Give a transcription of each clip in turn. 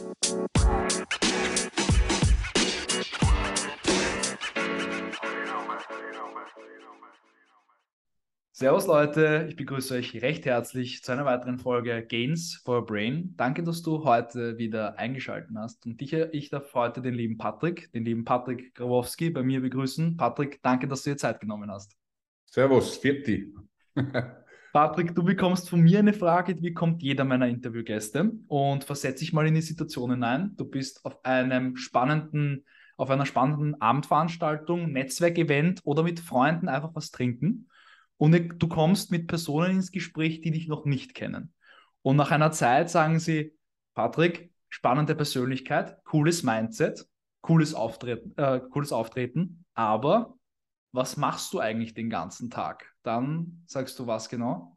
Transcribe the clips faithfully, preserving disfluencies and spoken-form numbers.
Servus Leute, ich begrüße euch recht herzlich zu einer weiteren Folge Gains for a Brain. Danke, dass du heute wieder eingeschaltet hast. Und ich, ich darf heute den lieben Patrick, den lieben Patrick Grabowski bei mir begrüßen. Patrick, danke, dass du dir Zeit genommen hast. Servus, Vierti. Patrick, du bekommst von mir eine Frage, die bekommt jeder meiner Interviewgäste. Und versetz dich mal in die Situation hinein. Du bist auf einem spannenden, auf einer spannenden Abendveranstaltung, Netzwerkevent oder mit Freunden einfach was trinken. Und du kommst mit Personen ins Gespräch, die dich noch nicht kennen. Und nach einer Zeit sagen sie, Patrick, spannende Persönlichkeit, cooles Mindset, cooles Auftreten, äh, cooles Auftreten, aber was machst du eigentlich den ganzen Tag? Dann sagst du was genau?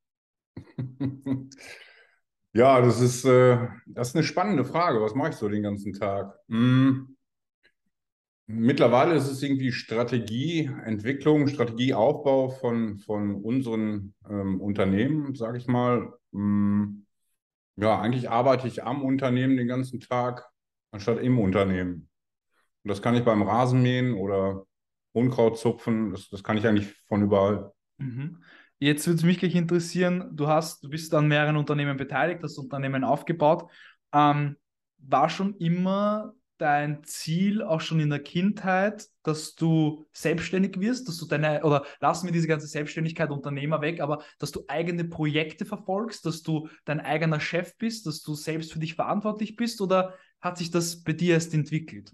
Ja, das ist, äh, das ist eine spannende Frage. Was mache ich so den ganzen Tag? Hm, mittlerweile ist es irgendwie Strategieentwicklung, Strategieaufbau von, von unseren ähm, Unternehmen, sage ich mal. Hm, ja, eigentlich arbeite ich am Unternehmen den ganzen Tag, anstatt im Unternehmen. Und das kann ich beim Rasenmähen oder Unkraut zupfen. Das, das kann ich eigentlich von überall. Mhm. Jetzt würde es mich gleich interessieren, du hast, du bist an mehreren Unternehmen beteiligt, hast Unternehmen aufgebaut. Ähm, war schon immer dein Ziel, auch schon in der Kindheit, dass du selbstständig wirst, dass du deine, oder lassen wir diese ganze Selbstständigkeit, Unternehmer weg, aber dass du eigene Projekte verfolgst, dass du dein eigener Chef bist, dass du selbst für dich verantwortlich bist, oder hat sich das bei dir erst entwickelt?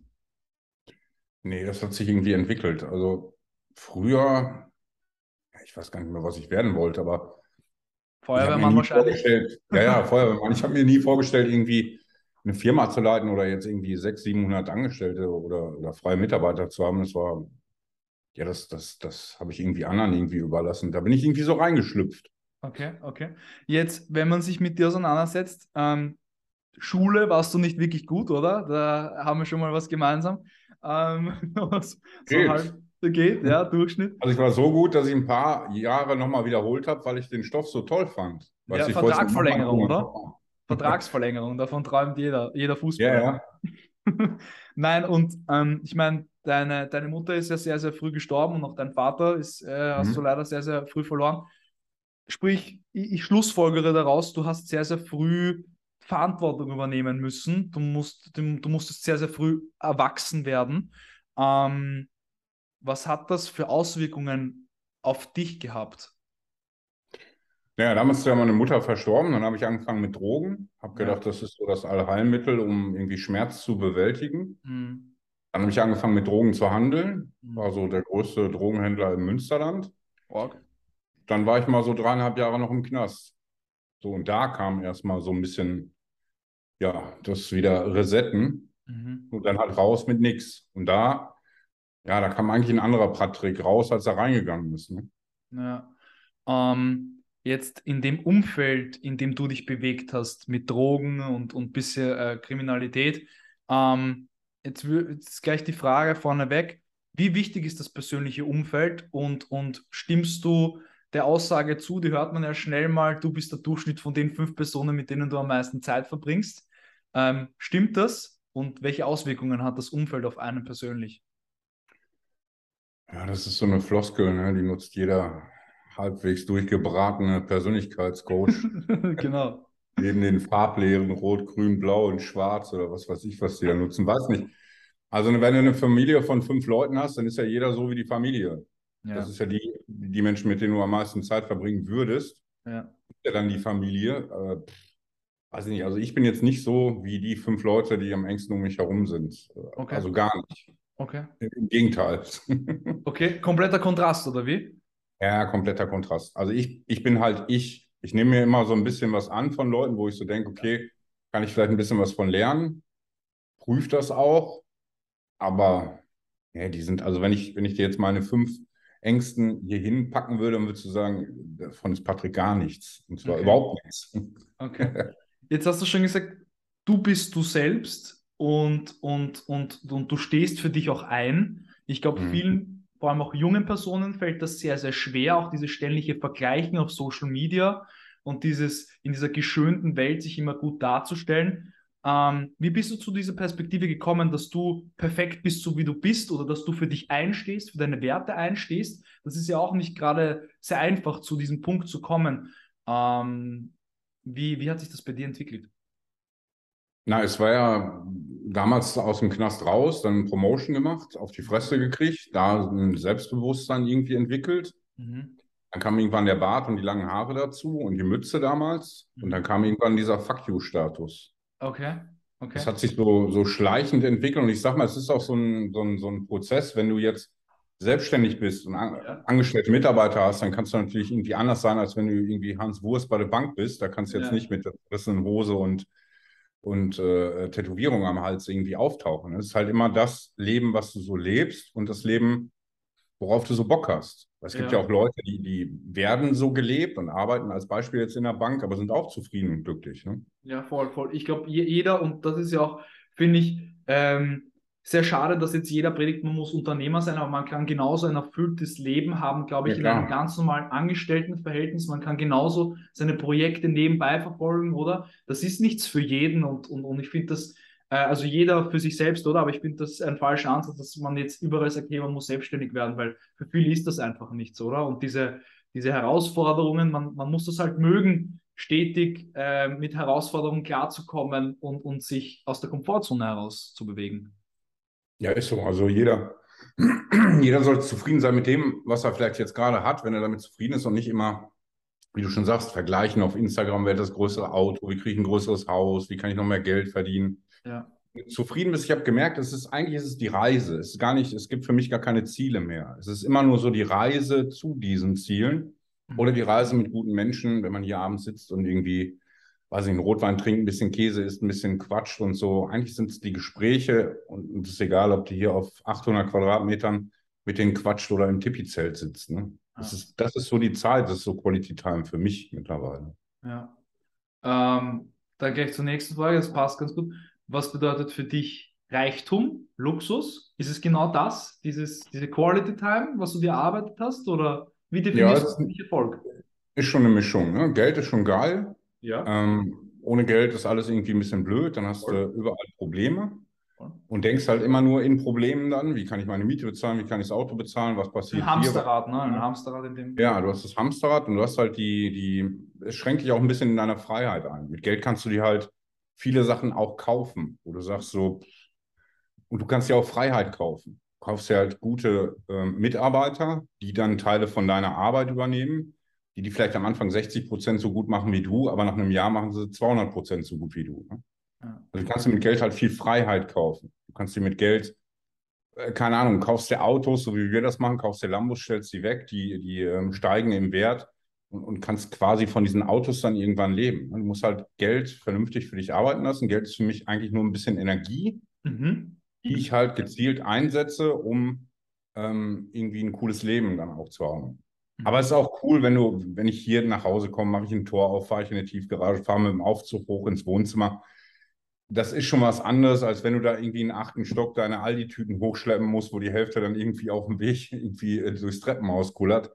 Nee, das hat sich irgendwie entwickelt. Also früher. Ich weiß gar nicht mehr, was ich werden wollte, aber ich habe mir Feuerwehrmann nie wahrscheinlich. vorgestellt, ja, ja, Feuerwehrmann, ich habe mir nie vorgestellt, irgendwie eine Firma zu leiten oder jetzt irgendwie sechshundert, siebenhundert Angestellte oder, oder freie Mitarbeiter zu haben. Das war, ja, das, das, das habe ich irgendwie anderen irgendwie überlassen. Da bin ich irgendwie so reingeschlüpft. Okay, okay. Jetzt, wenn man sich mit dir auseinandersetzt, ähm, Schule warst du nicht wirklich gut, oder? Da haben wir schon mal was gemeinsam. Ähm, was so Geht. halb geht, ja, Durchschnitt. Also ich war so gut, dass ich ein paar Jahre nochmal wiederholt habe, weil ich den Stoff so toll fand. Weißt Ja, du, ich wollte es mir nochmal Vertragsverlängerung, oder? tun. Vertragsverlängerung, davon träumt jeder, jeder Ja, Fußballer. ja. Nein, und ähm, ich meine, deine, deine Mutter ist ja sehr, sehr früh gestorben und auch dein Vater ist, äh, hast du Mhm. leider sehr, sehr früh verloren. Sprich, ich, ich schlussfolgere daraus, du hast sehr, sehr früh Verantwortung übernehmen müssen. Du musst, du, du musstest sehr, sehr früh erwachsen werden. Ähm, was hat das für Auswirkungen auf dich gehabt? Ja, damals ist ja meine Mutter verstorben, dann habe ich angefangen mit Drogen, habe Ja. gedacht, das ist so das Allheilmittel, um irgendwie Schmerz zu bewältigen. Hm, Dann habe ich angefangen mit Drogen zu handeln, hm. war so der größte Drogenhändler im Münsterland. Org. Dann war ich mal so dreieinhalb Jahre noch im Knast. So, und da kam erstmal so ein bisschen, ja, das wieder Resetten Mhm. und dann halt raus mit nix. Und da, ja, da kam eigentlich ein anderer Patrick raus, als er reingegangen ist. Ne? Ja. Ähm, jetzt in dem Umfeld, in dem du dich bewegt hast, mit Drogen und, und bisschen äh, Kriminalität, ähm, jetzt, wür- jetzt ist gleich die Frage vorneweg, wie wichtig ist das persönliche Umfeld und, und stimmst du der Aussage zu, die hört man ja schnell mal, du bist der Durchschnitt von den fünf Personen, mit denen du am meisten Zeit verbringst. Ähm, stimmt das und welche Auswirkungen hat das Umfeld auf einen persönlich? Ja, das ist so eine Floskel, ne? Die nutzt jeder halbwegs durchgebratene Persönlichkeitscoach. Genau. Neben den Farblehren Rot, Grün, Blau und Schwarz oder was weiß ich, was die da nutzen, weiß nicht. Also wenn du eine Familie von fünf Leuten hast, dann ist ja jeder so wie die Familie. Das Ja, ist ja die, die Menschen, mit denen du am meisten Zeit verbringen würdest, ja, ist ja dann die Familie. Äh, weiß ich nicht, also ich bin jetzt nicht so wie die fünf Leute, die am engsten um mich herum sind. Äh, okay, Also gar nicht. okay. Im Gegenteil. Okay, kompletter Kontrast, oder wie? Ja, kompletter Kontrast. Also ich, ich bin halt ich. Ich nehme mir immer so ein bisschen was an von Leuten, wo ich so denke, Ja. okay, kann ich vielleicht ein bisschen was von lernen, prüfe das auch, aber ja, die sind, also wenn ich, wenn ich dir jetzt meine fünf Ängsten hier hinpacken würde, dann würdest du sagen, davon ist Patrick gar nichts. Und zwar Okay, überhaupt nichts. okay. Jetzt hast du schon gesagt, du bist du selbst und, und, und, und du stehst für dich auch ein. Ich glaube, Mhm. vielen, vor allem auch jungen Personen, fällt das sehr, sehr schwer, auch dieses ständige Vergleichen auf Social Media und dieses in dieser geschönten Welt sich immer gut darzustellen. Ähm, wie bist du zu dieser Perspektive gekommen, dass du perfekt bist, so wie du bist, oder dass du für dich einstehst, für deine Werte einstehst? Das ist ja auch nicht gerade sehr einfach, zu diesem Punkt zu kommen. Ähm, wie, wie hat sich das bei dir entwickelt? Na, es war ja damals aus dem Knast raus, dann Promotion gemacht, auf die Fresse gekriegt, da ein Selbstbewusstsein irgendwie entwickelt. Mhm. Dann kam irgendwann der Bart und die langen Haare dazu und die Mütze damals. Und dann Mhm. kam irgendwann dieser Fuck you-Status. Okay, Das okay. hat sich so, so schleichend entwickelt. Und ich sag mal, es ist auch so ein, so ein, so ein Prozess, wenn du jetzt selbstständig bist und an, Ja, angestellte Mitarbeiter hast, dann kannst du natürlich irgendwie anders sein, als wenn du irgendwie Hans Wurst bei der Bank bist. Da kannst du jetzt ja, nicht mit der zerrissenen Hose und, und äh, Tätowierung am Hals irgendwie auftauchen. Es ist halt immer das Leben, was du so lebst und das Leben, worauf du so Bock hast. Es gibt ja ja. auch Leute, die, die werden so gelebt und arbeiten als Beispiel jetzt in der Bank, aber sind auch zufrieden und glücklich. Ne? Ja, voll, voll. Ich glaube, jeder, und das ist ja auch, finde ich, ähm, sehr schade, dass jetzt jeder predigt, man muss Unternehmer sein, aber man kann genauso ein erfülltes Leben haben, glaube Ja, ich, in einem klar. ganz normalen Angestelltenverhältnis. Man kann genauso seine Projekte nebenbei verfolgen, oder? Das ist nichts für jeden, und, und, und ich finde das, äh, also jeder für sich selbst, oder? Aber ich finde das ein falscher Ansatz, dass man jetzt überall sagt, hey, man muss selbstständig werden, weil für viele ist das einfach nichts, oder? Und diese, diese Herausforderungen, man, man muss das halt mögen, stetig äh, mit Herausforderungen klarzukommen, und, und sich aus der Komfortzone heraus zu bewegen. Ja, ist so. Also jeder, jeder sollte zufrieden sein mit dem, was er vielleicht jetzt gerade hat, wenn er damit zufrieden ist und nicht immer, wie du schon sagst, vergleichen auf Instagram, wer hat das größere Auto, wie kriege ich ein größeres Haus, wie kann ich noch mehr Geld verdienen. Ja. Zufrieden bist, ich habe gemerkt, es ist eigentlich ist es die Reise. Es ist gar nicht, es gibt für mich gar keine Ziele mehr. Es ist immer nur so die Reise zu diesen Zielen oder die Mhm. Reise mit guten Menschen, wenn man hier abends sitzt und irgendwie, weiß ich, einen Rotwein trinkt, ein bisschen Käse isst, ein bisschen quatscht und so. Eigentlich sind es die Gespräche und es ist egal, ob du hier auf achthundert Quadratmetern mit denen quatscht oder im Tipi-Zelt sitzt. Ne? Das Ja. ist, das ist so die Zeit, das ist so Quality Time für mich mittlerweile. Ja. Ähm, dann gleich zur nächsten Frage, das passt ganz gut. Was bedeutet für dich Reichtum, Luxus? Ist es genau das, dieses, diese Quality Time, was du dir erarbeitet hast? Oder wie Ja, definierst du es für dich Erfolg? ist schon eine Mischung. Ne? Geld ist schon geil. Ja. Ähm, ohne Geld ist alles irgendwie ein bisschen blöd, dann hast Voll. du überall Probleme Voll. und denkst halt immer nur in Problemen dann, wie kann ich meine Miete bezahlen, wie kann ich das Auto bezahlen, was Ein passiert hier, was Hamsterrad, ne? passiert Ein da? Hamsterrad in dem. Ja, du hast das Hamsterrad und du hast halt die, die, es schränkt dich auch ein bisschen in deiner Freiheit ein. Mit Geld kannst du dir halt viele Sachen auch kaufen, wo du sagst so, und du kannst dir auch Freiheit kaufen. Du kaufst dir halt gute ähm, Mitarbeiter, die dann Teile von deiner Arbeit übernehmen, die die vielleicht am Anfang sechzig Prozent so gut machen wie du, aber nach einem Jahr machen sie zweihundert Prozent so gut wie du. Ne? Ja. Also du kannst dir mit Geld halt viel Freiheit kaufen. Du kannst dir mit Geld, äh, keine Ahnung, kaufst dir Autos, so wie wir das machen, kaufst dir Lambos, stellst die weg, die, die ähm, steigen im Wert und, und kannst quasi von diesen Autos dann irgendwann leben. Ne? Du musst halt Geld vernünftig für dich arbeiten lassen. Geld ist für mich eigentlich nur ein bisschen Energie, Mhm. die ich halt gezielt einsetze, um ähm, irgendwie ein cooles Leben dann auch zu haben. Aber es Mhm. ist auch cool, wenn du, wenn ich hier nach Hause komme, mache ich ein Tor auf, fahre ich in eine Tiefgarage, fahre mit dem Aufzug hoch ins Wohnzimmer. Das ist schon was anderes, als wenn du da irgendwie in achten Stock deine Aldi-Tüten hochschleppen musst, wo die Hälfte dann irgendwie auf dem Weg irgendwie äh, durchs Treppenhaus kullert.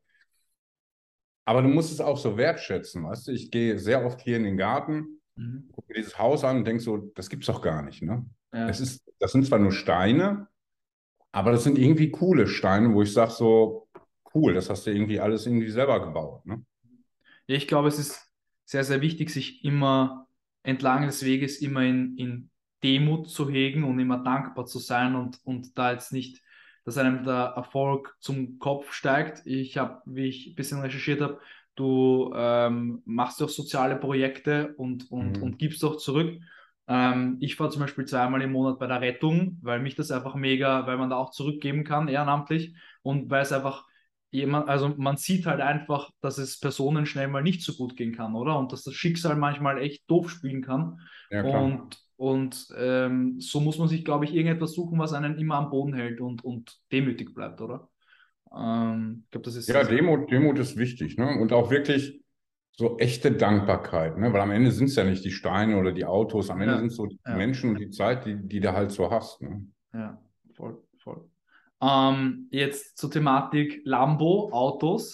Aber du musst es auch so wertschätzen, weißt du? Ich gehe sehr oft hier in den Garten, Mhm. gucke mir dieses Haus an und denke so, das gibt's doch gar nicht, ne? Es Ja. ist, das sind zwar nur Steine, aber das sind irgendwie coole Steine, wo ich sage so, cool, das hast du irgendwie alles irgendwie selber gebaut. Ne? Ja, ich glaube, es ist sehr, sehr wichtig, sich immer entlang des Weges immer in, in Demut zu hegen und immer dankbar zu sein, und, und da jetzt nicht, dass einem der Erfolg zum Kopf steigt. Ich habe, wie ich ein bisschen recherchiert habe, du ähm, machst auch soziale Projekte und, und, und Mhm. gibst auch zurück. Ähm, ich fahre zum Beispiel zweimal im Monat bei der Rettung, weil mich das einfach mega, weil man da auch zurückgeben kann, ehrenamtlich, und weil es einfach jemand, also man sieht halt einfach, dass es Personen schnell mal nicht so gut gehen kann, oder? Und dass das Schicksal manchmal echt doof spielen kann. Ja, klar. Und, und ähm, so muss man sich, glaube ich, irgendetwas suchen, was einen immer am Boden hält und, und demütig bleibt, oder? Ähm, ich glaube, das ist sehr, Ja, sehr. Demut, Demut ist wichtig, ne? Und auch wirklich so echte Dankbarkeit, ne? Weil am Ende sind es ja nicht die Steine oder die Autos, am Ende sind Ja, es so die ja, Menschen und die Zeit, die, die du halt so hast. Ne? ja, voll, voll. Ähm, jetzt zur Thematik Lambo, Autos.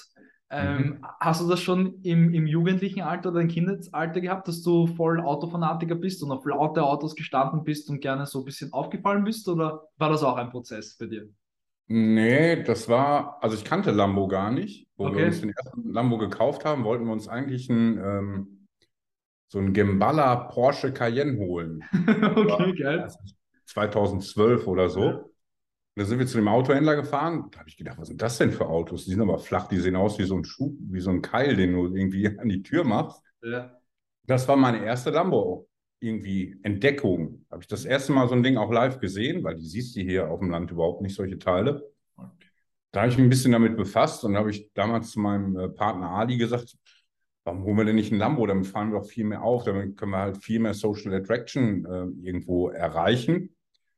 Ähm, Mhm. hast du das schon im, im jugendlichen Alter oder im Kindesalter gehabt, dass du voll Autofanatiker bist und auf laute Autos gestanden bist und gerne so ein bisschen aufgefallen bist? Oder war das auch ein Prozess für dir? Nee, das war, also ich kannte Lambo gar nicht. Wo wir uns Okay. den ersten Lambo gekauft haben, wollten wir uns eigentlich einen, ähm, so einen Gembala Porsche Cayenne holen. Okay, War, geil. weiß nicht, zweitausendzwölf oder Ja. so. Und da sind wir zu dem Autohändler gefahren. Da habe ich gedacht, was sind das denn für Autos? Die sind aber flach, die sehen aus wie so ein Schuh, wie so ein Keil, den du irgendwie an die Tür machst. Ja. Das war meine erste Lambo irgendwie Entdeckung. Habe ich das erste Mal so ein Ding auch live gesehen, weil die siehst du hier auf dem Land überhaupt nicht, solche Teile. Da habe ich mich ein bisschen damit befasst und habe ich damals zu meinem äh, Partner Ali gesagt, warum holen wir denn nicht ein Lambo? Damit fahren wir doch viel mehr auf, damit können wir halt viel mehr Social Attraction äh, irgendwo erreichen.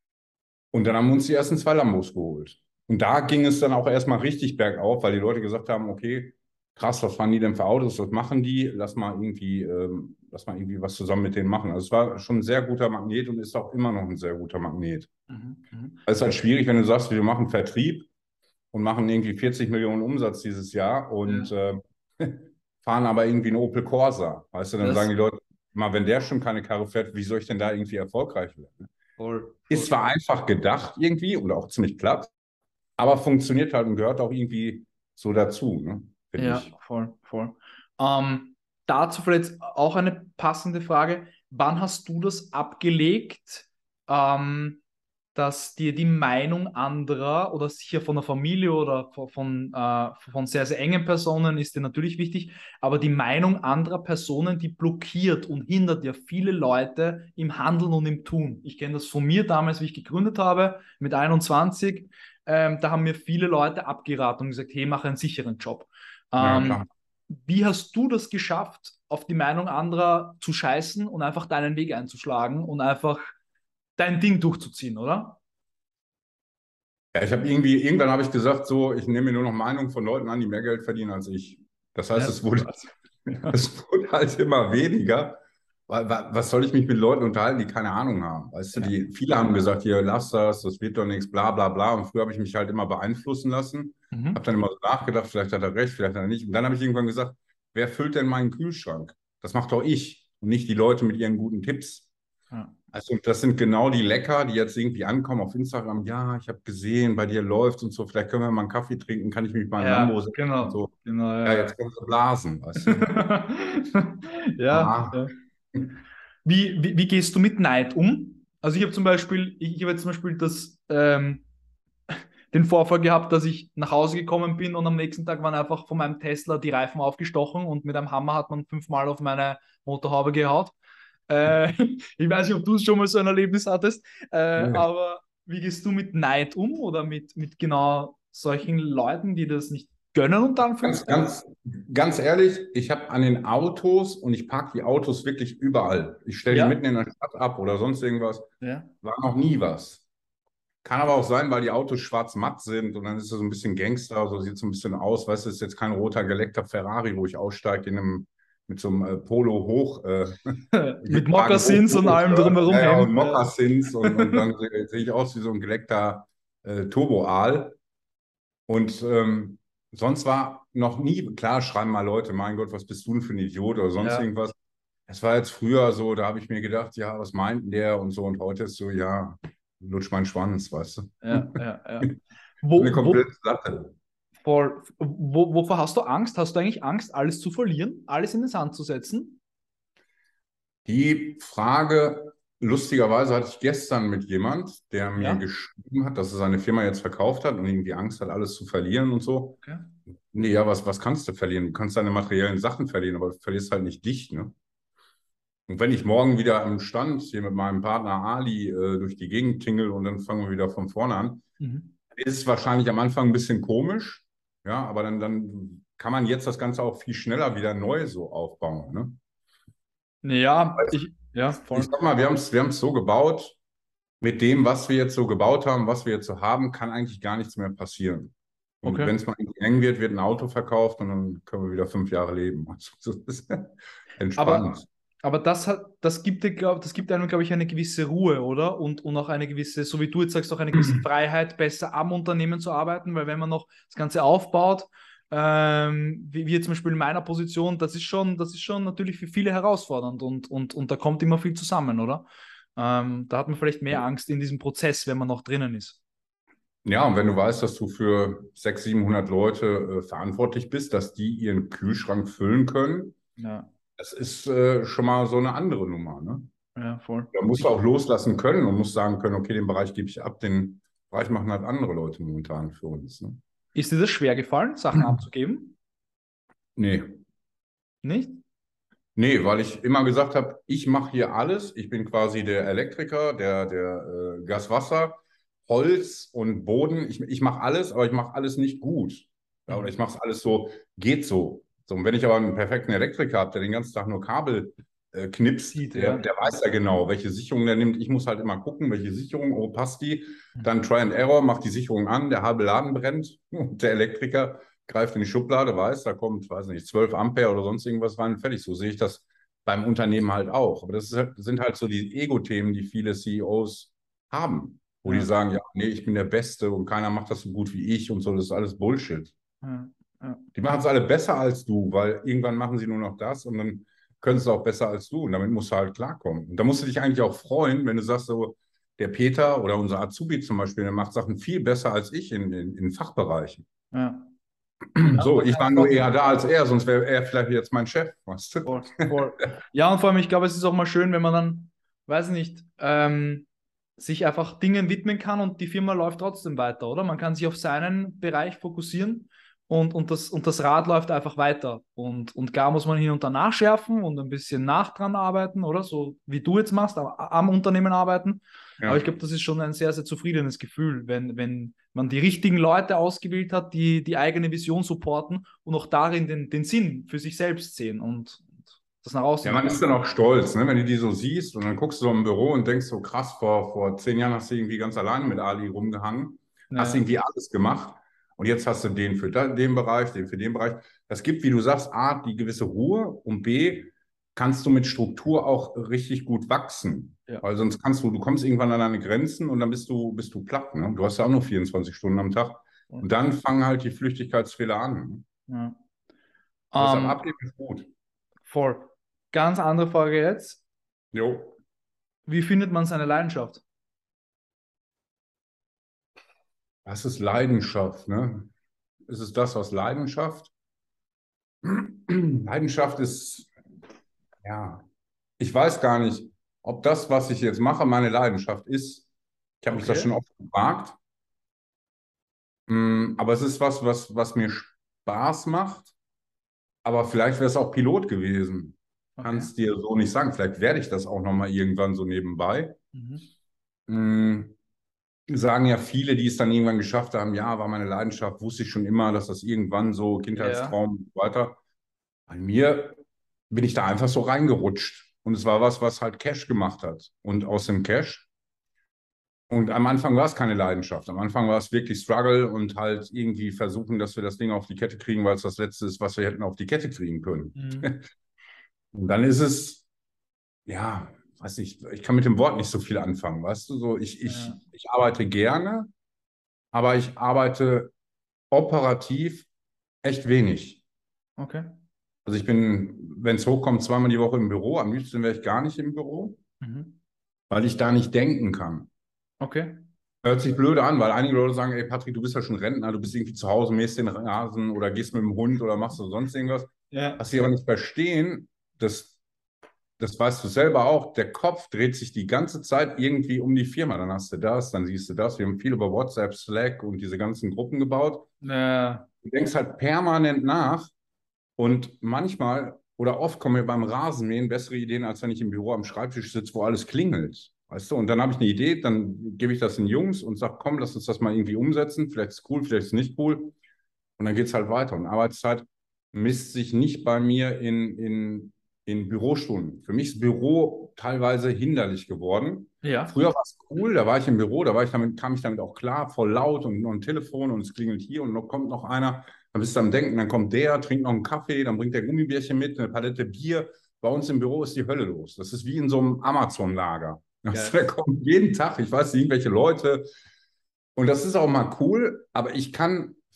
Und dann haben wir uns die ersten zwei Lambos geholt. Und da ging es dann auch erstmal richtig bergauf, weil die Leute gesagt haben, okay, krass, was fahren die denn für Autos, was machen die? Lass mal irgendwie, ähm, lass mal irgendwie was zusammen mit denen machen. Also es war schon ein sehr guter Magnet und ist auch immer noch ein sehr guter Magnet. Mhm. Mhm. Es ist halt schwierig, wenn du sagst, wir machen Vertrieb und machen irgendwie vierzig Millionen Umsatz dieses Jahr und Ja. äh, fahren aber irgendwie einen Opel Corsa. Weißt du, dann sagen Das die Leute, mal, wenn der schon keine Karre fährt, wie soll ich denn da irgendwie erfolgreich werden? voll, Ist voll. zwar einfach gedacht irgendwie oder auch ziemlich platt, aber funktioniert halt und gehört auch irgendwie so dazu, ne? Finde Ja, ich. voll, voll. Ähm, dazu vielleicht auch eine passende Frage. Wann hast du das abgelegt, ähm, dass dir die Meinung anderer oder sicher von der Familie oder von, von, äh, von sehr, sehr engen Personen ist dir natürlich wichtig, aber die Meinung anderer Personen, die blockiert und hindert ja viele Leute im Handeln und im Tun. Ich kenne das von mir damals, wie ich gegründet habe, mit einundzwanzig. Ähm, da haben mir viele Leute abgeraten und gesagt, hey, mach einen sicheren Job. Ja, Ähm, klar. wie hast du das geschafft, auf die Meinung anderer zu scheißen und einfach deinen Weg einzuschlagen und einfach dein Ding durchzuziehen, oder? Ja, ich habe irgendwie, irgendwann habe ich gesagt, so, ich nehme mir nur noch Meinungen von Leuten an, die mehr Geld verdienen als ich. Das heißt, Ja, es wurde, krass. Ja. es wurde halt immer weniger. Weil, wa- was soll ich mich mit Leuten unterhalten, die keine Ahnung haben? Weißt du, Ja. die, viele haben gesagt, hier, lass das, das wird doch nichts, bla bla bla. Und früher habe ich mich halt immer beeinflussen lassen. Habe Mhm. dann immer so nachgedacht, vielleicht hat er recht, vielleicht hat er nicht. Und dann habe ich irgendwann gesagt, wer füllt denn meinen Kühlschrank? Das macht doch ich und nicht die Leute mit ihren guten Tipps. Ja. Also das sind genau die Lecker, die jetzt irgendwie ankommen auf Instagram. Ja, ich habe gesehen, bei dir läuft und so. Vielleicht können wir mal einen Kaffee trinken, kann ich mich mal in Lambo Ja, setzen und genau, so. genau, Ja, ja, jetzt können wir blasen, weißt du? ja. Ah. Ja. Wie, wie, wie gehst du mit Neid um? Also ich habe zum Beispiel, ich, ich habe jetzt zum Beispiel das, ähm, den Vorfall gehabt, dass ich nach Hause gekommen bin und am nächsten Tag waren einfach von meinem Tesla die Reifen aufgestochen und mit einem Hammer hat man fünfmal auf meine Motorhaube gehaut. Äh, ich weiß nicht, ob du schon mal so ein Erlebnis hattest, äh, aber wie gehst du mit Neid um oder mit, mit genau solchen Leuten, die das nicht gönnen, unter Ganz, Anführungszeichen? ganz, ganz ehrlich, ich habe an den Autos und ich parke die Autos wirklich überall. Ich stelle die Ja, mitten in der Stadt ab oder sonst irgendwas. ja, War noch nie was. Kann aber auch sein, weil die Autos schwarz-matt sind und dann ist es so ein bisschen Gangster, so sieht es so ein bisschen aus. Weißt du, es ist jetzt kein roter geleckter Ferrari, wo ich aussteige in einem, mit so einem äh, Polo hoch, äh, mit getragen hoch, Mokassins und allem Polo-Shirt, drumherum ja, ja, Hemd. und Ja. Mokassins und, und dann sehe seh ich aus wie so ein geleckter äh, Turbo-Aal. Und ähm, sonst war noch nie, klar schreiben mal Leute, mein Gott, was bist du denn für ein Idiot oder sonst Ja, irgendwas. Es war jetzt früher so, da habe ich mir gedacht, ja, was meint denn der und so. Und heute ist so, ja, lutsch meinen Schwanz, weißt du. ja, ja, ja. Eine Wo, wo, komplette Sache. vor, wo, wovor hast du Angst? Hast du eigentlich Angst, alles zu verlieren, alles in den Sand zu setzen? Die Frage, lustigerweise hatte ich gestern mit jemand, der mir Ja, geschrieben hat, dass er seine Firma jetzt verkauft hat und irgendwie Angst hat, alles zu verlieren und so. okay. Nee, ja, was, was kannst du verlieren? Du kannst deine materiellen Sachen verlieren, aber du verlierst halt nicht dich, ne? Und wenn ich morgen wieder am Stand hier mit meinem Partner Ali äh, durch die Gegend tingle und dann fangen wir wieder von vorne an, Mhm. ist es wahrscheinlich am Anfang ein bisschen komisch, ja, aber dann, dann kann man jetzt das Ganze auch viel schneller wieder neu so aufbauen, ne? Ja, ich, ja, Ich voll. sag mal, wir haben es wir haben's so gebaut, mit dem, was wir jetzt so gebaut haben, was wir jetzt so haben, kann eigentlich gar nichts mehr passieren. Und Okay. wenn es mal irgendwie eng wird, wird ein Auto verkauft und dann können wir wieder fünf Jahre leben. Also, das ist Aber, entspannt. aber das hat, das gibt dir, glaub, das gibt einem, glaube ich, eine gewisse Ruhe, oder? Und, und auch eine gewisse, so wie du jetzt sagst, auch eine gewisse Freiheit, besser am Unternehmen zu arbeiten, weil wenn man noch das Ganze aufbaut, ähm, wie, wie zum Beispiel in meiner Position, das ist schon, das ist schon natürlich für viele herausfordernd und, und, und da kommt immer viel zusammen, oder? Ähm, da hat man vielleicht mehr Angst in diesem Prozess, wenn man noch drinnen ist. Ja, und wenn du weißt, dass du für sechshundert, siebenhundert Leute äh, verantwortlich bist, dass die ihren Kühlschrank füllen können, Ja, das ist äh, schon mal so eine andere Nummer, ne? ja, voll. Da musst du Ich, auch loslassen können und musst sagen können, okay, den Bereich gebe ich ab, den Bereich machen halt andere Leute momentan für uns. Ne? ist dir das schwer gefallen, Sachen abzugeben? Nee, Nicht? nee, weil ich immer gesagt habe, ich mache hier alles. Ich bin quasi der Elektriker, der, der äh, Gas, Wasser, Holz und Boden. Ich, ich mache alles, aber ich mache alles nicht gut. Ja, oder Mhm. ich mache es alles so, geht so. So, und wenn ich aber einen perfekten Elektriker habe, der den ganzen Tag nur Kabel äh, knipst, Sieht, der, ja. der weiß ja genau, welche Sicherung der nimmt. Ich muss halt immer gucken, welche Sicherung, oh, passt die. Mhm. Dann Try and Error, macht die Sicherung an, der halbe Laden brennt und der Elektriker greift in die Schublade, weiß, da kommt, weiß nicht, zwölf Ampere oder sonst irgendwas rein, fertig. So sehe ich das beim Unternehmen halt auch. Aber das ist, halt- sind halt so die Ego-Themen, die viele C E Os haben, wo die Ja, sagen, ja, nee, ich bin der Beste und keiner macht das so gut wie ich und so, das ist alles Bullshit. ja, ja. Die machen es alle besser als du, weil irgendwann machen sie nur noch das und dann können sie es auch besser als du und damit musst du halt klarkommen. Und da musst du dich eigentlich auch freuen, wenn du sagst, so, der Peter oder unser Azubi zum Beispiel, der macht Sachen viel besser als ich in, in, in Fachbereichen. Ja. Ja, und So, da ich war kannst du nur auch eher da als er, sonst wäre er vielleicht jetzt mein Chef. Weißt du? voll, voll. Ja, und vor allem, ich glaube, es ist auch mal schön, wenn man dann, weiß nicht, ähm, sich einfach Dingen widmen kann und die Firma läuft trotzdem weiter, oder? Man kann sich auf seinen Bereich fokussieren und, und, das, und das Rad läuft einfach weiter. Und, und klar muss man hin und da nachschärfen und ein bisschen nach dran arbeiten, oder? So wie du jetzt machst, am, am Unternehmen arbeiten. Aber ich Ja. glaube, das ist schon ein sehr, sehr zufriedenes Gefühl, wenn, wenn man die richtigen Leute ausgewählt hat, die die eigene Vision supporten und auch darin den, den Sinn für sich selbst sehen und, und das nach Ja, außen man ist tragen. dann auch stolz, ne? Wenn du die so siehst und dann guckst du so im Büro und denkst so, krass, vor, vor zehn Jahren hast du irgendwie ganz alleine mit Ali rumgehangen, hast Ja, irgendwie alles gemacht und jetzt hast du den für da- den Bereich, den für den Bereich. Das gibt, wie du sagst, A, die gewisse Ruhe und B, kannst du mit Struktur auch richtig gut wachsen. ja, Weil sonst kannst du, du kommst irgendwann an deine Grenzen und dann bist du, bist du platt, ne? Du hast ja auch nur vierundzwanzig Stunden am Tag und dann fangen halt die Flüchtigkeitsfehler an. Ne? ja. Aber deshalb Ähm, abgeben ist gut. voll. Ganz andere Frage jetzt. Jo. Wie findet man seine Leidenschaft? Das ist Leidenschaft, ne? Ist es das, was Leidenschaft? Leidenschaft ist, ja, ich weiß gar nicht, ob das, was ich jetzt mache, meine Leidenschaft ist. Ich habe mich das Okay, schon oft gefragt. Mm, aber es ist was, was, was mir Spaß macht. Aber vielleicht wäre es auch Pilot gewesen. okay. Kannst dir so nicht sagen. Vielleicht werde ich das auch nochmal irgendwann so nebenbei. Mhm. Mm, sagen ja viele, die es dann irgendwann geschafft haben, ja, war meine Leidenschaft, wusste ich schon immer, dass das irgendwann so Ja, Kindheitstraum und so weiter. Bei mir bin ich da einfach so reingerutscht. Und es war was, was halt Cash gemacht hat. Und aus dem Cash. Und am Anfang war es keine Leidenschaft. Am Anfang war es wirklich Struggle und halt irgendwie versuchen, dass wir das Ding auf die Kette kriegen, weil es das Letzte ist, was wir hätten auf die Kette kriegen können. mhm. Und dann ist es, ja, weiß nicht, ich kann mit dem Wort nicht so viel anfangen, weißt du, so ich, Ja, ich, ich arbeite gerne, aber ich arbeite operativ echt wenig. okay. Also ich bin, wenn es hochkommt, zweimal die Woche im Büro. Am liebsten wäre ich gar nicht im Büro, Mhm. weil ich da nicht denken kann. Okay. Hört sich blöde an, weil einige Leute sagen, ey Patrick, du bist ja schon Rentner, du bist irgendwie zu Hause, mähst den Rasen oder gehst mit dem Hund oder machst du sonst irgendwas. Ja, Was sie aber nicht verstehen, das, das weißt du selber auch, der Kopf dreht sich die ganze Zeit irgendwie um die Firma. Dann hast du das, dann siehst du das. Wir haben viel über WhatsApp, Slack und diese ganzen Gruppen gebaut. ja, Du denkst halt permanent nach und manchmal oder oft kommen mir beim Rasenmähen bessere Ideen, als wenn ich im Büro am Schreibtisch sitze, wo alles klingelt. Weißt du, und dann habe ich eine Idee, dann gebe ich das den Jungs und sage, komm, lass uns das mal irgendwie umsetzen. Vielleicht ist es cool, vielleicht ist es nicht cool. Und dann geht es halt weiter. Und Arbeitszeit misst sich nicht bei mir in, in, in Bürostunden. Für mich ist Büro teilweise hinderlich geworden. ja. Früher war es cool, da war ich im Büro, da war ich damit, kam ich damit auch klar, voll laut und noch ein Telefon und es klingelt hier und noch kommt noch einer. Dann bist du am Denken, dann kommt der, trinkt noch einen Kaffee, dann bringt der Gummibärchen mit, eine Palette Bier. Bei uns im Büro ist die Hölle los. Das ist wie in so einem Amazon-Lager. Geil. Da kommen jeden Tag, ich weiß nicht, irgendwelche Leute. Und das ist auch mal cool, aber ich kann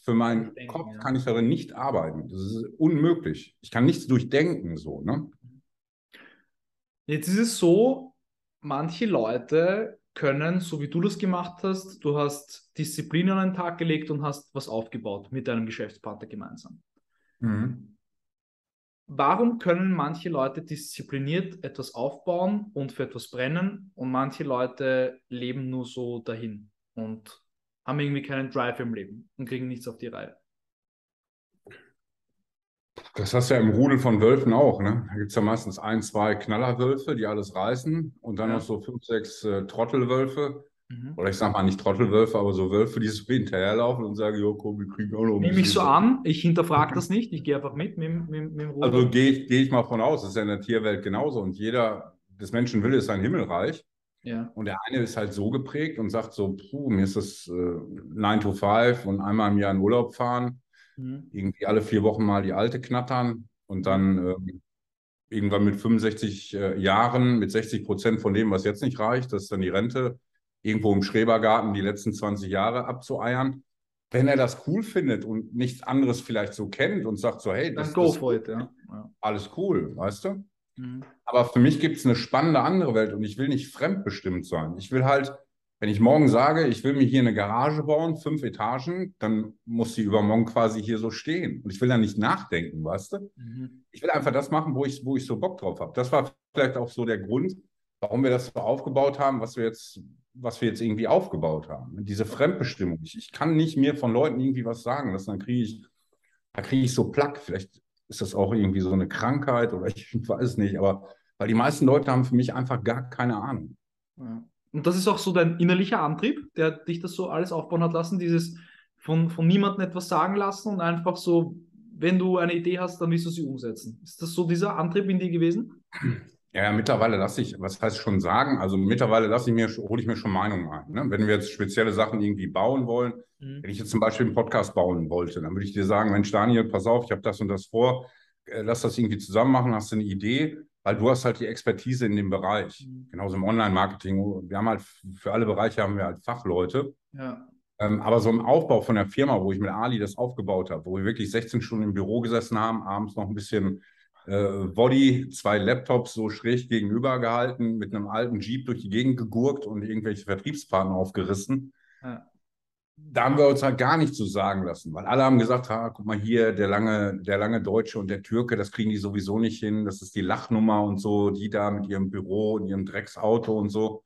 Für meinen Denken, Kopf ja. kann ich darin nicht arbeiten. Das ist unmöglich. Ich kann nichts durchdenken, so, ne? Jetzt ist es so, manche Leute können, so wie du das gemacht hast, du hast Disziplin an den Tag gelegt und hast was aufgebaut mit deinem Geschäftspartner gemeinsam. Mhm. Warum können manche Leute diszipliniert etwas aufbauen und für etwas brennen und manche Leute leben nur so dahin und haben irgendwie keinen Drive im Leben und kriegen nichts auf die Reihe? Das hast du ja im Rudel von Wölfen auch, ne? Da gibt es ja meistens ein, zwei Knallerwölfe, die alles reißen und dann noch Ja. so fünf, sechs äh, Trottelwölfe. Mhm. Oder ich sag mal nicht Trottelwölfe, aber so Wölfe, die so hinterherlaufen und sagen, jo, komm, wir kriegen auch noch ein Nehme ich bisschen so was. an, ich hinterfrage das nicht, ich gehe einfach mit mit, mit, mit dem Also Ruder. gehe ich, gehe ich mal von aus, das ist ja in der Tierwelt genauso. Und jeder des Menschen Wille ist ein Himmelreich. Ja. Und der eine ist halt so geprägt und sagt so, puh, mir ist das äh, nine to five und einmal im Jahr in Urlaub fahren, Mhm. irgendwie alle vier Wochen mal die alte knattern und Mhm. dann ähm, irgendwann mit fünfundsechzig äh, Jahren, mit sechzig Prozent von dem, was jetzt nicht reicht, das ist dann die Rente, irgendwo im Schrebergarten die letzten zwanzig Jahre abzueiern. Wenn er das cool findet und nichts anderes vielleicht so kennt und sagt so, hey, Dann das, go das ist for it, ja. Ja. alles cool, weißt du? Mhm. Aber für mich gibt es eine spannende andere Welt und ich will nicht fremdbestimmt sein. Ich will halt, wenn ich morgen sage, ich will mir hier eine Garage bauen, fünf Etagen, dann muss die übermorgen quasi hier so stehen. Und ich will da nicht nachdenken, weißt du? Mhm. Ich will einfach das machen, wo ich, wo ich so Bock drauf habe. Das war vielleicht auch so der Grund, warum wir das so aufgebaut haben, was wir jetzt, was wir jetzt irgendwie aufgebaut haben. Diese Fremdbestimmung. Ich, ich kann nicht mir von Leuten irgendwie was sagen lassen, dann kriege ich, da kriege ich so Plack. Vielleicht ist das auch irgendwie so eine Krankheit oder ich weiß es nicht, aber weil die meisten Leute haben für mich einfach gar keine Ahnung. Ja. Und das ist auch so dein innerlicher Antrieb, der dich das so alles aufbauen hat lassen, dieses von, von niemandem etwas sagen lassen und einfach so, wenn du eine Idee hast, dann willst du sie umsetzen. Ist das so dieser Antrieb in dir gewesen? Ja, ja, mittlerweile lasse ich, was heißt schon sagen? Also mittlerweile lasse ich mir, hole ich mir schon Meinungen ein. Ne? Wenn wir jetzt spezielle Sachen irgendwie bauen wollen, Mhm. wenn ich jetzt zum Beispiel einen Podcast bauen wollte, dann würde ich dir sagen, Mensch, Daniel, pass auf, ich habe das und das vor, äh, lass das irgendwie zusammen machen, hast du eine Idee, weil du hast halt die Expertise in dem Bereich. Mhm. Genauso im Online-Marketing. Wir haben halt für alle Bereiche haben wir halt Fachleute. Ja. Ähm, aber so im Aufbau von der Firma, wo ich mit Ali das aufgebaut habe, wo wir wirklich sechzehn Stunden im Büro gesessen haben, abends noch ein bisschen äh, Body, zwei Laptops so schräg gegenüber gehalten, mit einem alten Jeep durch die Gegend gegurkt und irgendwelche Vertriebspartner aufgerissen. Ja. Da haben wir uns halt gar nichts zu sagen lassen, weil alle haben gesagt, ha, guck mal hier, der lange, der lange Deutsche und der Türke, das kriegen die sowieso nicht hin, das ist die Lachnummer und so, die da mit ihrem Büro und ihrem Drecksauto und so.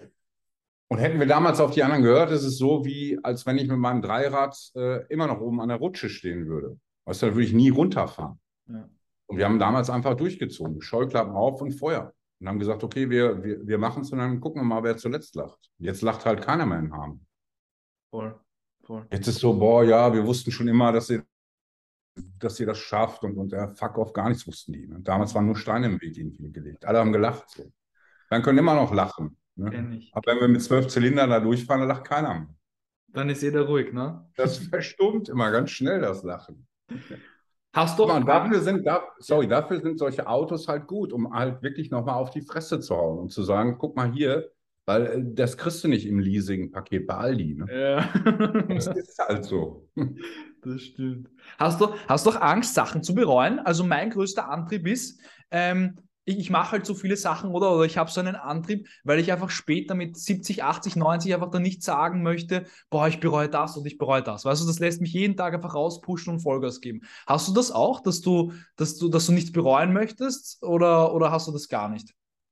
Und hätten wir damals auf die anderen gehört, ist es so, wie als wenn ich mit meinem Dreirad äh, immer noch oben an der Rutsche stehen würde. Weißt du, da würde ich nie runterfahren. Ja. Und wir haben damals einfach durchgezogen, Scheuklappen auf und Feuer. Und haben gesagt, okay, wir, wir, wir machen es und dann gucken wir mal, wer zuletzt lacht. Jetzt lacht halt keiner mehr im Haaren. Voll. Voll. Jetzt ist so, boah, ja, wir wussten schon immer, dass ihr, dass ihr das schafft und, und äh, fuck off, gar nichts wussten die. Ne? Damals waren nur Steine im Weg irgendwie gelegt. Alle haben gelacht. So. Dann können immer noch lachen. Ne? Kenn ich. Aber wenn wir mit zwölf Zylindern da durchfahren, dann lacht keiner mehr. Dann ist jeder ruhig, ne? Das verstummt immer ganz schnell, das Lachen. Hast Guck mal, doch und dafür Angst? sind, da, Ja. sorry, dafür sind solche Autos halt gut, um halt wirklich nochmal auf die Fresse zu hauen und zu sagen, guck mal hier, weil äh, das kriegst du nicht im Leasing-Paket bei Aldi. Ne? Ja. Das ist halt so. Das stimmt. Hast du, hast du auch Angst, Sachen zu bereuen? Also mein größter Antrieb ist, ähm, ich, ich mache halt so viele Sachen, oder, oder ich habe so einen Antrieb, weil ich einfach später mit siebzig, achtzig, neunzig einfach dann nicht sagen möchte, boah, ich bereue das und ich bereue das. Weißt du, das lässt mich jeden Tag einfach rauspushen und Vollgas geben. Hast du das auch, dass du, dass du, dass du nichts bereuen möchtest, oder, oder hast du das gar nicht?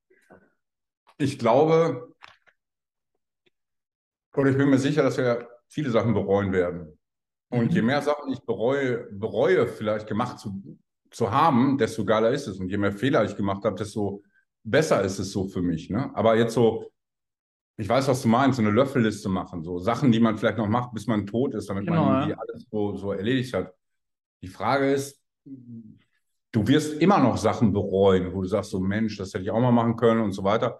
Ich glaube, oder ich bin mir sicher, dass wir viele Sachen bereuen werden. Und je Mhm. mehr Sachen ich bereue, bereue vielleicht gemacht zu, zu haben, desto geiler ist es. Und je mehr Fehler ich gemacht habe, desto besser ist es so für mich. Ne? Aber jetzt so, ich weiß, was du meinst, so eine Löffelliste machen, so Sachen, die man vielleicht noch macht, bis man tot ist, damit man Genau, irgendwie ja. alles so, so erledigt hat. Die Frage ist, du wirst immer noch Sachen bereuen, wo du sagst, so Mensch, das hätte ich auch mal machen können und so weiter.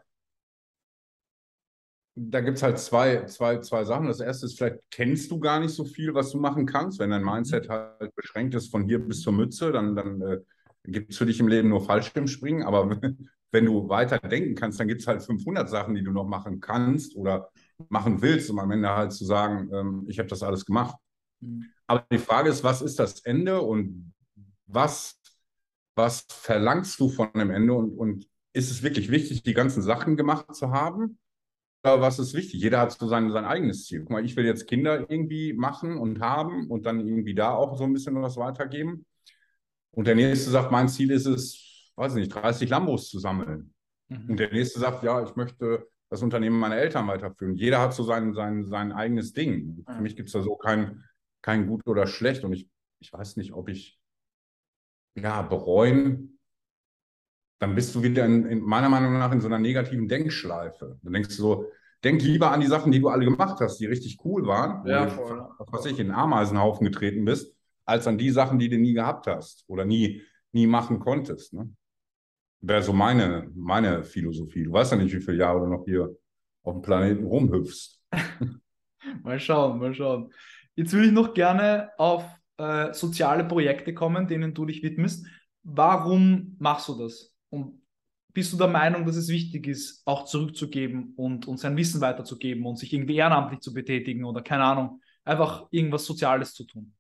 Da gibt es halt zwei, zwei, zwei Sachen. Das erste ist, vielleicht kennst du gar nicht so viel, was du machen kannst. Wenn dein Mhm. Mindset halt beschränkt ist von hier bis zur Mütze, dann, dann äh, gibt es für dich im Leben nur Fallschirmspringen. Aber wenn du weiter denken kannst, dann gibt es halt fünfhundert Sachen, die du noch machen kannst oder machen willst, um am Ende halt zu sagen, ähm, ich habe das alles gemacht. Mhm. Aber die Frage ist, was ist das Ende und was, was verlangst du von dem Ende und, und ist es wirklich wichtig, die ganzen Sachen gemacht zu haben? Oder was ist wichtig? Jeder hat so sein, sein eigenes Ziel. Guck mal, ich will jetzt Kinder irgendwie machen und haben und dann irgendwie da auch so ein bisschen was weitergeben. Und der nächste sagt, mein Ziel ist es, weiß nicht, dreißig Lambos zu sammeln. Und Mhm. der nächste sagt, ja, ich möchte das Unternehmen meiner Eltern weiterführen. Jeder hat so sein, sein, sein eigenes Ding. Für Ja. mich gibt es da so kein, kein gut oder schlecht. Und ich, ich weiß nicht, ob ich, ja, bereuen, dann bist du wieder in, in meiner Meinung nach in so einer negativen Denkschleife. Dann denkst du so, denk lieber an die Sachen, die du alle gemacht hast, die richtig cool waren, wo Ja, du, voll. was weiß ich, in den Ameisenhaufen getreten bist, als an die Sachen, die du nie gehabt hast oder nie, nie machen konntest. Ne? Wäre so meine, meine Philosophie. Du weißt ja nicht, wie viele Jahre du noch hier auf dem Planeten rumhüpfst. Mal schauen, mal schauen. Jetzt würde ich noch gerne auf äh, soziale Projekte kommen, denen du dich widmest. Warum machst du das? Und bist du der Meinung, dass es wichtig ist, auch zurückzugeben und, und sein Wissen weiterzugeben und sich irgendwie ehrenamtlich zu betätigen oder keine Ahnung, einfach irgendwas Soziales zu tun?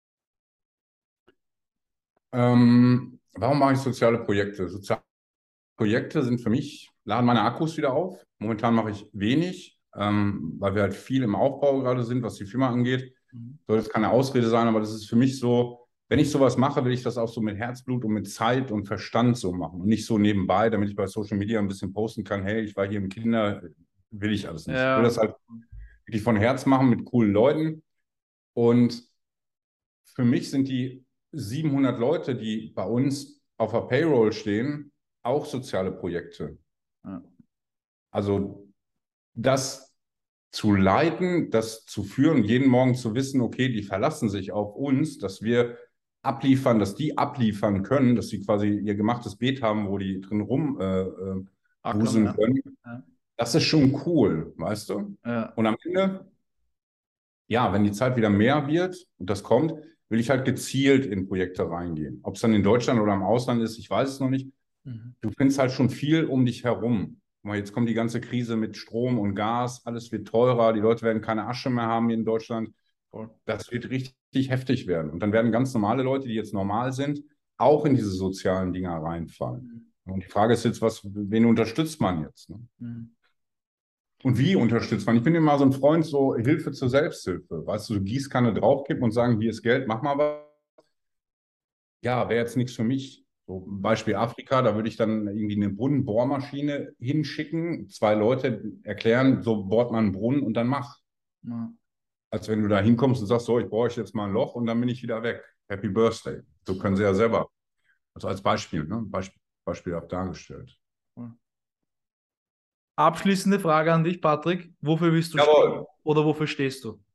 Ähm, warum mache ich soziale Projekte? Soziale Projekte sind für mich, laden meine Akkus wieder auf. Momentan mache ich wenig, ähm, weil wir halt viel im Aufbau gerade sind, was die Firma angeht. Mhm. Soll jetzt keine Ausrede sein, aber das ist für mich so, wenn ich sowas mache, will ich das auch so mit Herzblut und mit Zeit und Verstand so machen und nicht so nebenbei, damit ich bei Social Media ein bisschen posten kann, hey, ich war hier im Kinder, will ich alles nicht. Ich will das Ja. halt wirklich von Herz machen mit coolen Leuten und für mich sind die siebenhundert Leute, die bei uns auf der Payroll stehen, auch soziale Projekte. Ja. Also das zu leiten, das zu führen, jeden Morgen zu wissen, okay, die verlassen sich auf uns, dass wir abliefern, dass die abliefern können, dass sie quasi ihr gemachtes Beet haben, wo die drin rum äh, äh, Ackern, wuseln ja. können. Ja. Das ist schon cool, weißt du? Ja. Und am Ende, ja, wenn die Zeit wieder mehr wird und das kommt, will ich halt gezielt in Projekte reingehen. Ob es dann in Deutschland oder im Ausland ist, ich weiß es noch nicht. Mhm. Du findest halt schon viel um dich herum. Guck mal, jetzt kommt die ganze Krise mit Strom und Gas, alles wird teurer, die Leute werden keine Asche mehr haben hier in Deutschland. Voll. Das wird richtig heftig werden. Und dann werden ganz normale Leute, die jetzt normal sind, auch in diese sozialen Dinger reinfallen. Mhm. Und die Frage ist jetzt, was, wen unterstützt man jetzt? Ne? Mhm. Und wie unterstützt man? Ich bin immer so ein Freund, so Hilfe zur Selbsthilfe. Weißt du, so Gießkanne draufkippen und sagen, hier ist Geld, mach mal was. Ja, wäre jetzt nichts für mich. So Beispiel Afrika, da würde ich dann irgendwie eine Brunnenbohrmaschine hinschicken, zwei Leute erklären, so bohrt man einen Brunnen und dann mach. Ja. Als wenn du da hinkommst und sagst, so, ich bohre euch jetzt mal ein Loch und dann bin ich wieder weg. Happy Birthday. So können sie ja selber. Also als Beispiel, ne? Beispiel, Beispiel auch dargestellt. Ja. Abschließende Frage an dich, Patrick. Wofür willst du stehen Jawohl. oder wofür stehst du?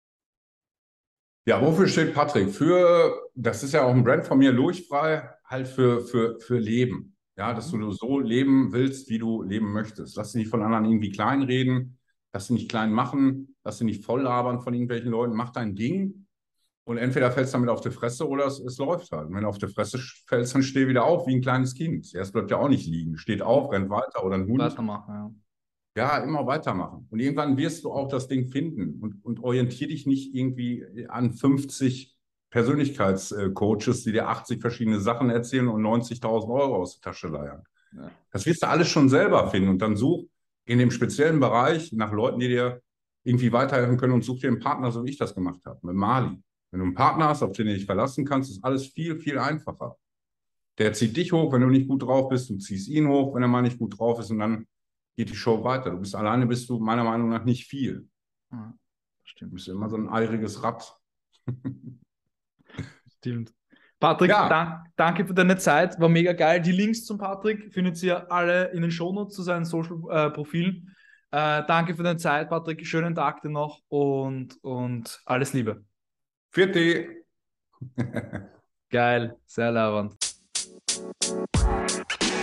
Ja, wofür steht Patrick? Für, das ist ja auch ein Brand von mir, Lurchfrei, halt für, für, für Leben. Ja, dass Mhm. du so leben willst, wie du leben möchtest. Lass dich nicht von anderen irgendwie kleinreden, lass dich nicht klein machen, lass dich nicht voll labern von irgendwelchen Leuten. Mach dein Ding und entweder fällst du damit auf die Fresse oder es, es läuft halt. Und wenn du auf die Fresse fällst, dann steh wieder auf wie ein kleines Kind. Erst bleibt ja auch nicht liegen. Steht auf, rennt weiter oder ein Hund. Weitermachen, ja. Ja, immer weitermachen. Und irgendwann wirst du auch das Ding finden und, und orientier dich nicht irgendwie an fünfzig Persönlichkeitscoaches, die dir achtzig verschiedene Sachen erzählen und neunzigtausend Euro aus der Tasche leiern. Ja. Das wirst du alles schon selber finden und dann such in dem speziellen Bereich nach Leuten, die dir irgendwie weiterhelfen können und such dir einen Partner, so wie ich das gemacht habe, mit Mali. Wenn du einen Partner hast, auf den du dich verlassen kannst, ist alles viel, viel einfacher. Der zieht dich hoch, wenn du nicht gut drauf bist, du ziehst ihn hoch, wenn er mal nicht gut drauf ist und dann geht die Show weiter. Du bist alleine, bist du meiner Meinung nach nicht viel. Ja, Du stimmt. bist immer so ein eiriges Rad. Stimmt. Patrick, Ja, dank, danke für deine Zeit. War mega geil. Die Links zum Patrick findet ihr alle in den Shownotes zu seinem Social-Profil. Äh, danke für deine Zeit, Patrick. Schönen Tag dir noch und, und alles Liebe. vierte. Geil, sehr lauernd.